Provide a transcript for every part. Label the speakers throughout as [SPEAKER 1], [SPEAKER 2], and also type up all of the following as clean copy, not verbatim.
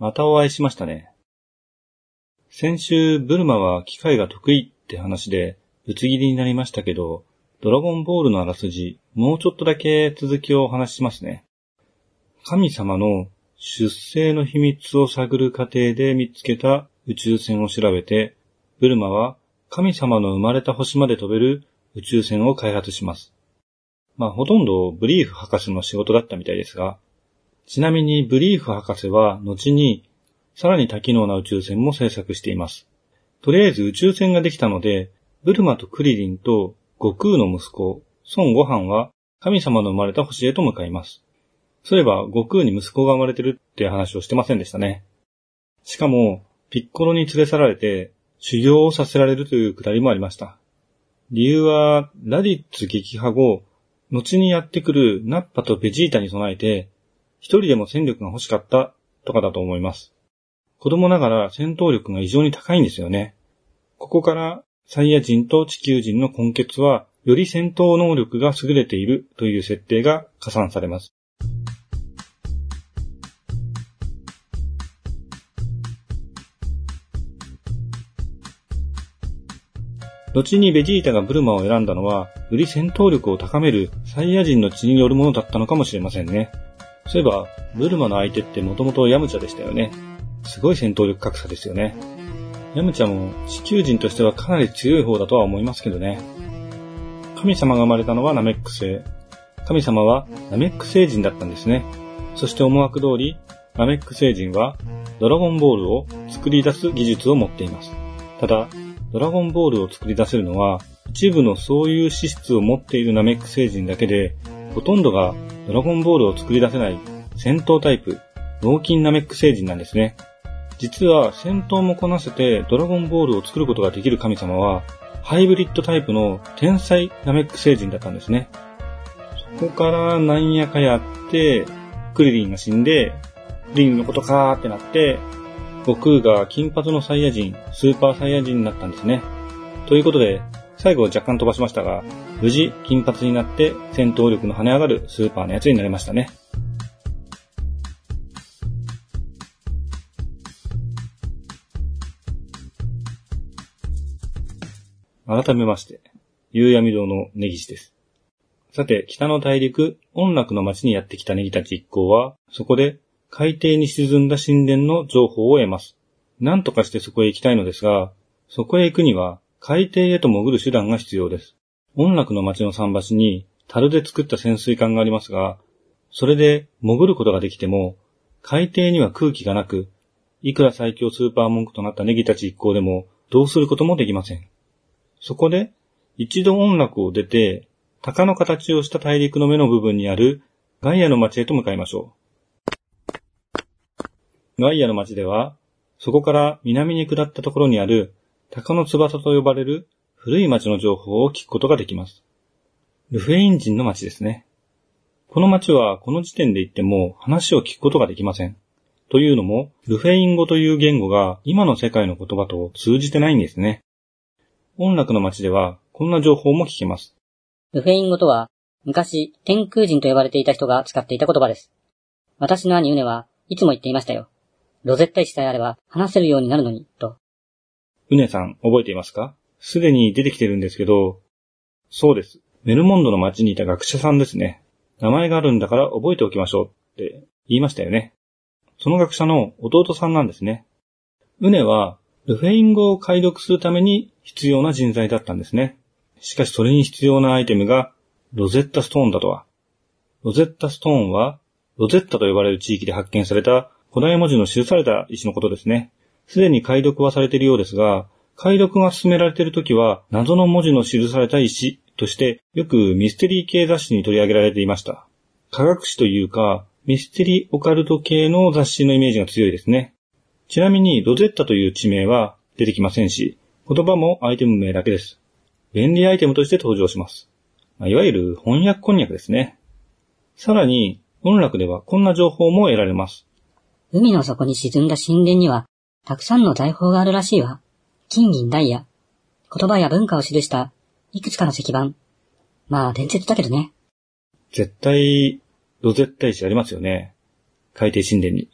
[SPEAKER 1] またお会いしましたね。先週、ブルマは機械が得意って話で、ぶつ切りになりましたけど、ドラゴンボールのあらすじ、もうちょっとだけ続きをお話ししますね。神様の出生の秘密を探る過程で見つけた宇宙船を調べて、ブルマは神様の生まれた星まで飛べる宇宙船を開発します。ほとんどブリーフ博士の仕事だったみたいですが、ちなみにブリーフ博士は後にさらに多機能な宇宙船も製作しています。とりあえず宇宙船ができたので、ブルマとクリリンと悟空の息子、孫悟飯は神様の生まれた星へと向かいます。そういえば悟空に息子が生まれてるって話をしてませんでしたね。しかも、ピッコロに連れ去られて修行をさせられるというくだりもありました。理由は、ラディッツ撃破後、後にやってくるナッパとベジータに備えて、一人でも戦力が欲しかったとかだと思います。子供ながら戦闘力が異常に高いんですよね。ここからサイヤ人と地球人の根血は、より戦闘能力が優れているという設定が加算されます。後にベジータがブルマを選んだのは、より戦闘力を高めるサイヤ人の血によるものだったのかもしれませんね。そういえば、ブルマの相手ってもともとヤムチャでしたよね。すごい戦闘力格差ですよね。ヤムチャも地球人としてはかなり強い方だとは思いますけどね。神様が生まれたのはナメック星。神様はナメック星人だったんですね。そして思惑通り、ナメック星人はドラゴンボールを作り出す技術を持っています。ただ、ドラゴンボールを作り出せるのは、一部のそういう資質を持っているナメック星人だけで、ほとんどがドラゴンボールを作り出せない戦闘タイプ、脳筋ナメック星人なんですね。実は戦闘もこなせてドラゴンボールを作ることができる神様は、ハイブリッドタイプの天才ナメック星人だったんですね。そこからなんやかやって、クリリンが死んで、クリリンのことかーってなって、悟空が金髪のサイヤ人、スーパーサイヤ人になったんですね。ということで、最後若干飛ばしましたが、無事金髪になって戦闘力の跳ね上がるスーパーのやつになりましたね。改めまして、夕闇堂の根岸です。さて、北の大陸、音楽の町にやってきたネギたち一行は、そこで海底に沈んだ神殿の情報を得ます。何とかしてそこへ行きたいのですが、そこへ行くには海底へと潜る手段が必要です。音楽の町の桟橋に樽で作った潜水艦がありますが、それで潜ることができても、海底には空気がなく、いくら最強スーパーモンクとなったネギたち一行でもどうすることもできません。そこで、一度音楽を出て、鷹の形をした大陸の目の部分にあるガイアの町へと向かいましょう。ガイアの町では、そこから南に下ったところにある鷹の翼と呼ばれる古い町の情報を聞くことができます。ルフェイン人の町ですね。この町はこの時点で言っても話を聞くことができません。というのも、ルフェイン語という言語が今の世界の言葉と通じてないんですね。音楽の町ではこんな情報も聞けます。
[SPEAKER 2] ルフェイン語とは、昔天空人と呼ばれていた人が使っていた言葉です。私の兄ウネはいつも言っていましたよ。ロゼッタ石さえあれば話せるようになるのに、と。
[SPEAKER 1] ウネさん、覚えていますか？すでに出てきてるんですけど、そうです。メルモンドの町にいた学者さんですね。名前があるんだから覚えておきましょうって言いましたよね。その学者の弟さんなんですね。ウネはルフェイン語を解読するために必要な人材だったんですね。しかしそれに必要なアイテムがロゼッタストーンだとは。ロゼッタストーンはロゼッタと呼ばれる地域で発見された古代文字の記された石のことですね。すでに解読はされているようですが、解読が進められているときは謎の文字の記された石としてよくミステリー系雑誌に取り上げられていました。科学誌というかミステリーオカルト系の雑誌のイメージが強いですね。ちなみにロゼッタという地名は出てきませんし、言葉もアイテム名だけです。便利アイテムとして登場します。いわゆる翻訳こんにゃくですね。さらに音楽ではこんな情報も得られます。
[SPEAKER 2] 海の底に沈んだ神殿にはたくさんの財宝があるらしいわ。金銀ダイヤ、言葉や文化を記したいくつかの石板。まあ伝説だけどね。
[SPEAKER 1] 絶対ロゼッタ石ありますよね。海底神殿に。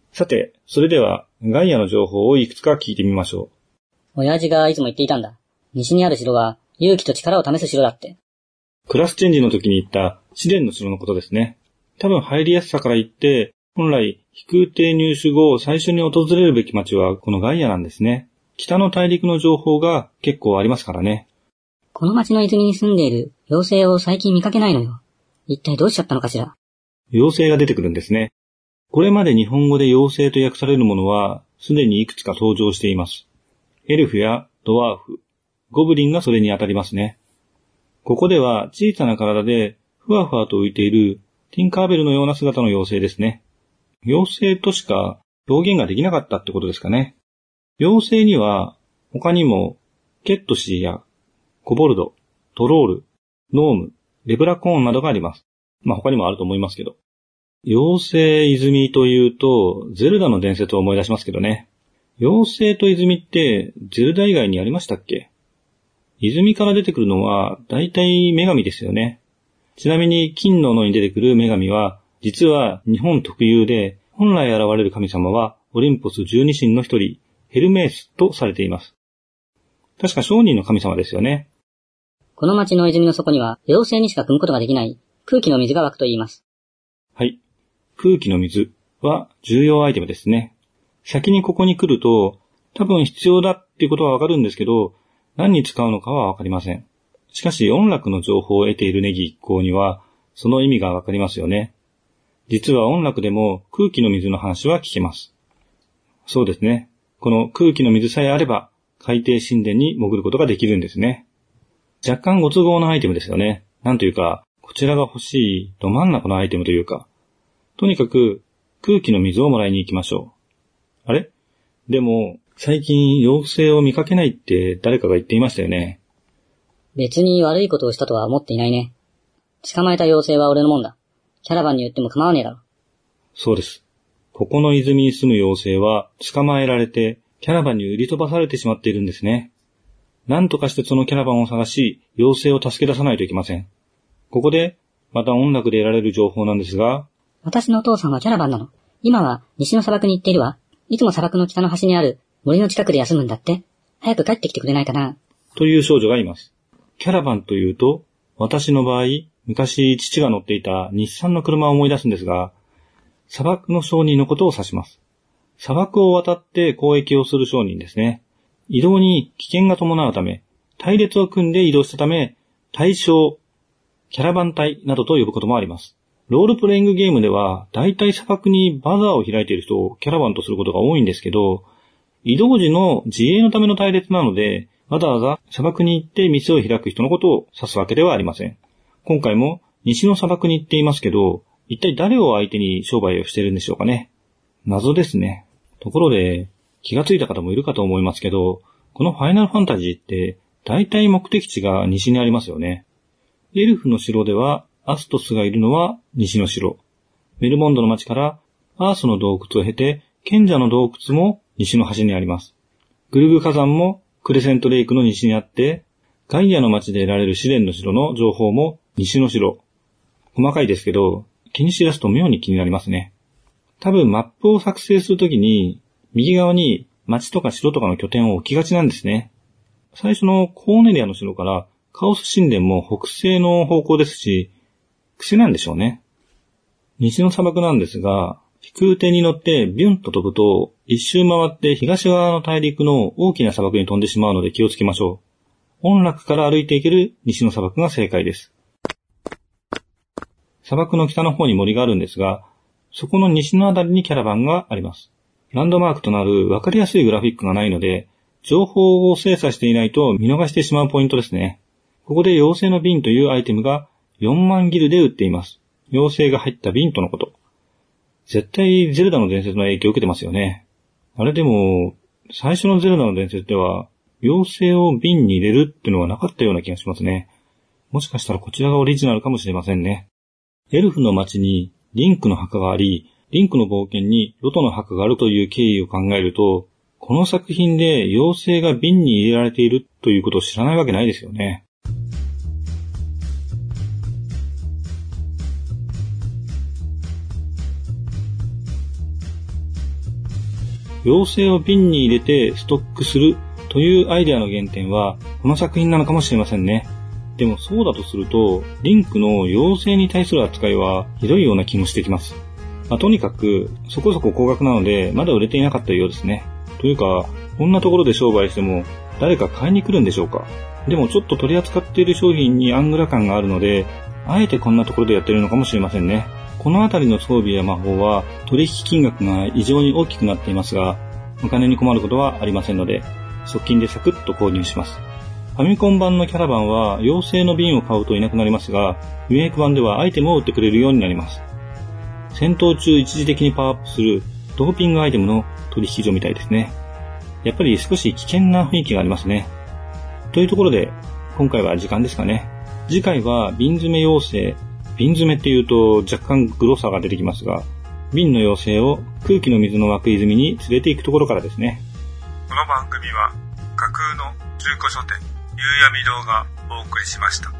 [SPEAKER 1] さて、それではガイアの情報をいくつか聞いてみましょ
[SPEAKER 2] う。親父がいつも言っていたんだ。西にある城は勇気と力を試す城だって。
[SPEAKER 1] クラスチェンジの時に言った試練の城のことですね。多分入りやすさから言って、本来飛空艇入手後最初に訪れるべき町はこのガイアなんですね。北の大陸の情報が結構ありますからね。
[SPEAKER 2] この町の泉に住んでいる妖精を最近見かけないのよ。一体どうしちゃったのかしら。
[SPEAKER 1] 妖精が出てくるんですね。これまで日本語で妖精と訳されるものはすでにいくつか登場しています。エルフやドワーフ、ゴブリンがそれに当たりますね。ここでは小さな体でふわふわと浮いているティンカーベルのような姿の妖精ですね。妖精としか表現ができなかったってことですかね。妖精には他にもケットシーやコボルド、トロール、ノーム、レブラコーンなどがあります。他にもあると思いますけど。妖精泉というとゼルダの伝説を思い出しますけどね。妖精と泉ってゼルダ以外にありましたっけ？泉から出てくるのは大体女神ですよね。ちなみに金の斧に出てくる女神は実は日本特有で、本来現れる神様はオリンポス12神の一人、ヘルメウスとされています。確か商人の神様ですよね。
[SPEAKER 2] この町の泉の底には妖精にしか汲むことができない空気の水が湧くと言います。
[SPEAKER 1] はい。空気の水は重要アイテムですね。先にここに来ると多分必要だっていうことはわかるんですけど、何に使うのかはわかりません。しかし音楽の情報を得ているネギ一行にはその意味がわかりますよね。実は音楽でも空気の水の話は聞けます。そうですね。この空気の水さえあれば海底神殿に潜ることができるんですね。若干ご都合のアイテムですよね。なんというか、こちらが欲しいど真ん中のアイテムというか。とにかく空気の水をもらいに行きましょう。あれ？でも最近妖精を見かけないって誰かが言っていましたよね。
[SPEAKER 2] 別に悪いことをしたとは思っていないね。捕まえた妖精は俺のもんだ。キャラバンに言っても構わねえだろ。
[SPEAKER 1] そうです。ここの泉に住む妖精は捕まえられてキャラバンに売り飛ばされてしまっているんですね。なんとかしてそのキャラバンを探し、妖精を助け出さないといけません。ここでまた音楽で得られる情報なんですが、
[SPEAKER 2] 私のお父さんはキャラバンなの。今は西の砂漠に行っているわ。いつも砂漠の北の端にある森の近くで休むんだって。早く帰ってきてくれないかな。
[SPEAKER 1] という少女がいます。キャラバンというと、私の場合、昔父が乗っていた日産の車を思い出すんですが、砂漠の商人のことを指します。砂漠を渡って交易をする商人ですね。移動に危険が伴うため、隊列を組んで移動したため、隊将、キャラバン隊などと呼ぶこともあります。ロールプレイングゲームでは、だいたい砂漠にバザーを開いている人をキャラバンとすることが多いんですけど、移動時の自衛のための隊列なので、わざわざ砂漠に行って店を開く人のことを指すわけではありません。今回も西の砂漠に行っていますけど、一体誰を相手に商売をしているんでしょうかね。謎ですね。ところで、気がついた方もいるかと思いますけど、このファイナルファンタジーって、大体目的地が西にありますよね。エルフの城では、アストスがいるのは西の城。メルモンドの町からアーソの洞窟を経て、賢者の洞窟も西の端にあります。グルグ火山もクレセントレイクの西にあって、ガイアの町で得られる試練の城の情報も西の城。細かいですけど、気にしだすと妙に気になりますね。多分マップを作成するときに、右側に町とか城とかの拠点を置きがちなんですね。最初のコーネリアの城からカオス神殿も北西の方向ですし、癖なんでしょうね。西の砂漠なんですが、飛空艇に乗ってビュンと飛ぶと、一周回って東側の大陸の大きな砂漠に飛んでしまうので気をつけましょう。音楽から歩いていける西の砂漠が正解です。砂漠の北の方に森があるんですが、そこの西のあたりにキャラバンがあります。ランドマークとなる分かりやすいグラフィックがないので、情報を精査していないと見逃してしまうポイントですね。ここで妖精の瓶というアイテムが4万ギルで売っています。妖精が入った瓶とのこと。絶対ゼルダの伝説の影響を受けてますよね。あれでも、最初のゼルダの伝説では、妖精を瓶に入れるってのはなかったような気がしますね。もしかしたらこちらがオリジナルかもしれませんね。エルフの町にリンクの墓があり、リンクの冒険にロトの墓があるという経緯を考えると、この作品で妖精が瓶に入れられているということを知らないわけないですよね。 妖精を瓶に入れてストックするというアイデアの原点はこの作品なのかもしれませんね。でもそうだとすると、リンクの妖精に対する扱いはひどいような気もしてきます。とにかくそこそこ高額なのでまだ売れていなかったようですね。というか、こんなところで商売しても誰か買いに来るんでしょうか。でもちょっと取り扱っている商品にアングラ感があるので、あえてこんなところでやってるのかもしれませんね。このあたりの装備や魔法は取引金額が異常に大きくなっていますが、お金に困ることはありませんので、側近でサクッと購入します。ファミコン版のキャラバンは妖精の瓶を買うといなくなりますが、リメイク版ではアイテムを売ってくれるようになります。戦闘中一時的にパワーアップするドーピングアイテムの取引所みたいですね。やっぱり少し危険な雰囲気がありますね。というところで、今回は時間ですかね。次回は瓶詰め妖精。瓶詰めっていうと若干グロさが出てきますが、瓶の妖精を空気の水の湧く泉に連れて行くところからですね。
[SPEAKER 3] この番組は架空の中古書店夕闇堂がお送りしました。